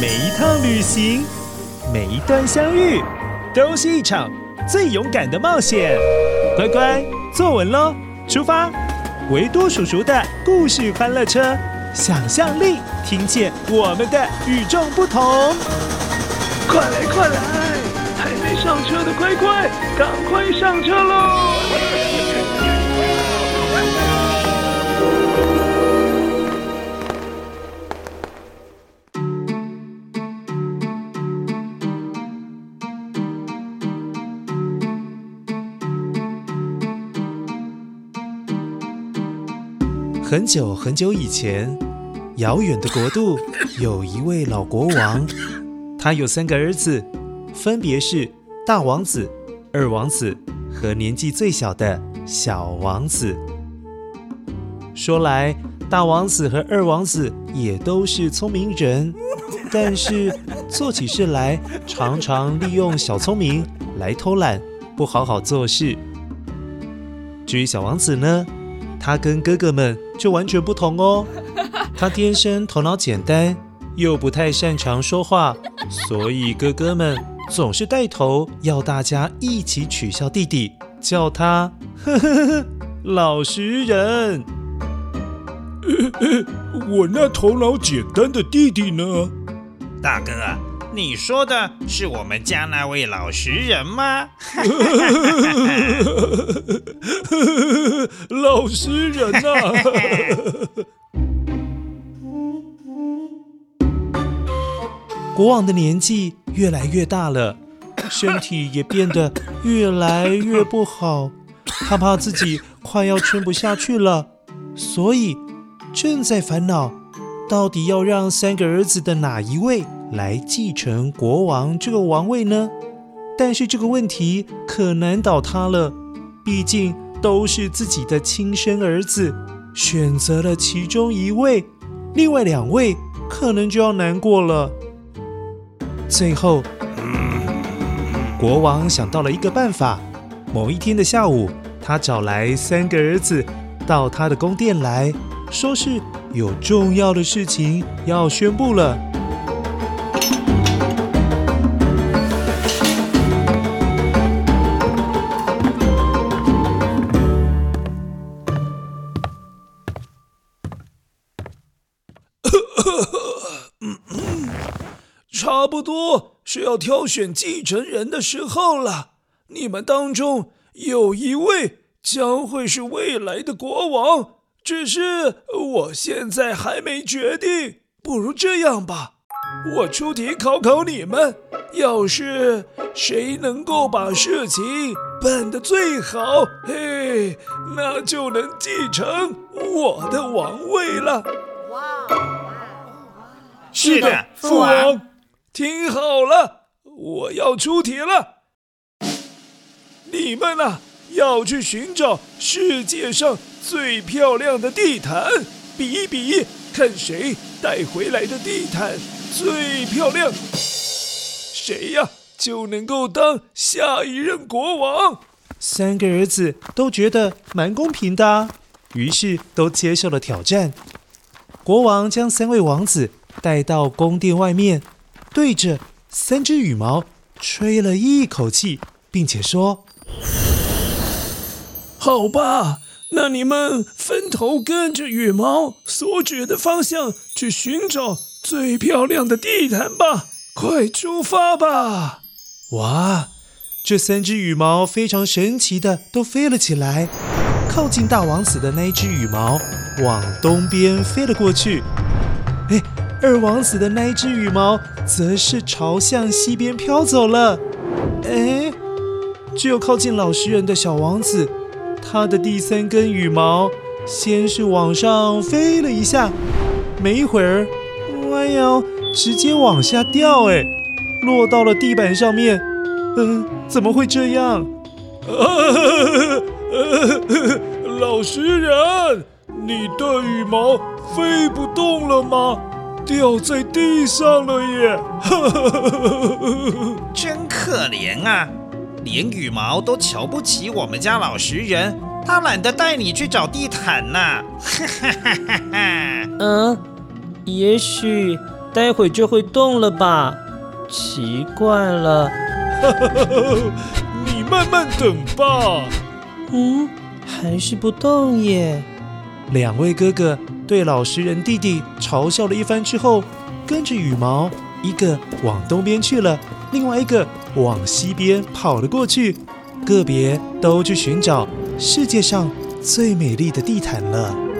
每一趟旅行，每一段相遇，都是一场最勇敢的冒险。乖乖，坐稳咯，出发！维多叔叔的故事欢乐车，想象力听见我们的与众不同。 快来快来，还没上车的乖乖，赶快上车喽！ 很久很久以前，遥远的国度有一位老国王，他有3个儿子，分别是大王子、二王子和年纪最小的小王子。说来，大王子和二王子也都是聪明人，但是做起事来常常利用小聪明来偷懒，不好好做事。至于小王子呢，他跟哥哥们就完全不同哦。他天生头脑简单，又不太擅长说话，所以哥哥们总是带头要大家一起取笑弟弟，叫他老实人。 我那头脑简单的弟弟呢？ 大哥，你说的是我们家那位老实人吗？ 老实人啊！ 国王的年纪越来越大了，身体也变得越来越不好，他怕自己快要撑不下去了，所以正在烦恼，到底要让3个儿子的哪一位来继承国王这个王位呢？但是这个问题可难倒他了，毕竟都是自己的亲生儿子，选择了其中一位，另外2位可能就要难过了。最后，国王想到了一个办法。某一天的下午，他找来3个儿子到他的宫殿来，说是有重要的事情要宣布了。 差不多是要挑选继承人的时候了。你们当中有一位将会是未来的国王，只是我现在还没决定。不如这样吧，我出题考考你们，要是谁能够把事情办得最好，嘿，那就能继承我的王位了。 是的，父王。 听好了，我要出题了。你们啊，要去寻找世界上最漂亮的地毯，比一比，看谁带回来的地毯最漂亮，谁呀就能够当下一任国王。 3个儿子都觉得蛮公平的啊，于是都接受了挑战。国王将3位王子带到宫殿外面，对着3只羽毛吹了一口气，并且说： 好吧，那你们分头跟着羽毛所指的方向去寻找最漂亮的地毯吧，快出发吧！ 哇，这3只羽毛非常神奇的都飞了起来，靠近大王子的那一只羽毛往东边飞了过去。二王子的那一只羽毛则是朝向西边飘走了。只有靠近老实人的小王子，他的第3根羽毛先是往上飞了一下，没一会儿，弯腰直接往下掉，落到了地板上面。怎么会这样？ 老实人，你的羽毛飞不动了吗？掉在地上了耶！ 真可怜啊，连羽毛都瞧不起我们家老实人，他懒得带你去找地毯呐。 也许待会就会动了吧？奇怪了。 你慢慢等吧。 还是不动耶。 两位哥哥对老实人弟弟嘲笑了一番之后，跟着羽毛，一个往东边去了，另外一个往西边跑了过去，个别都去寻找世界上最美丽的地毯了。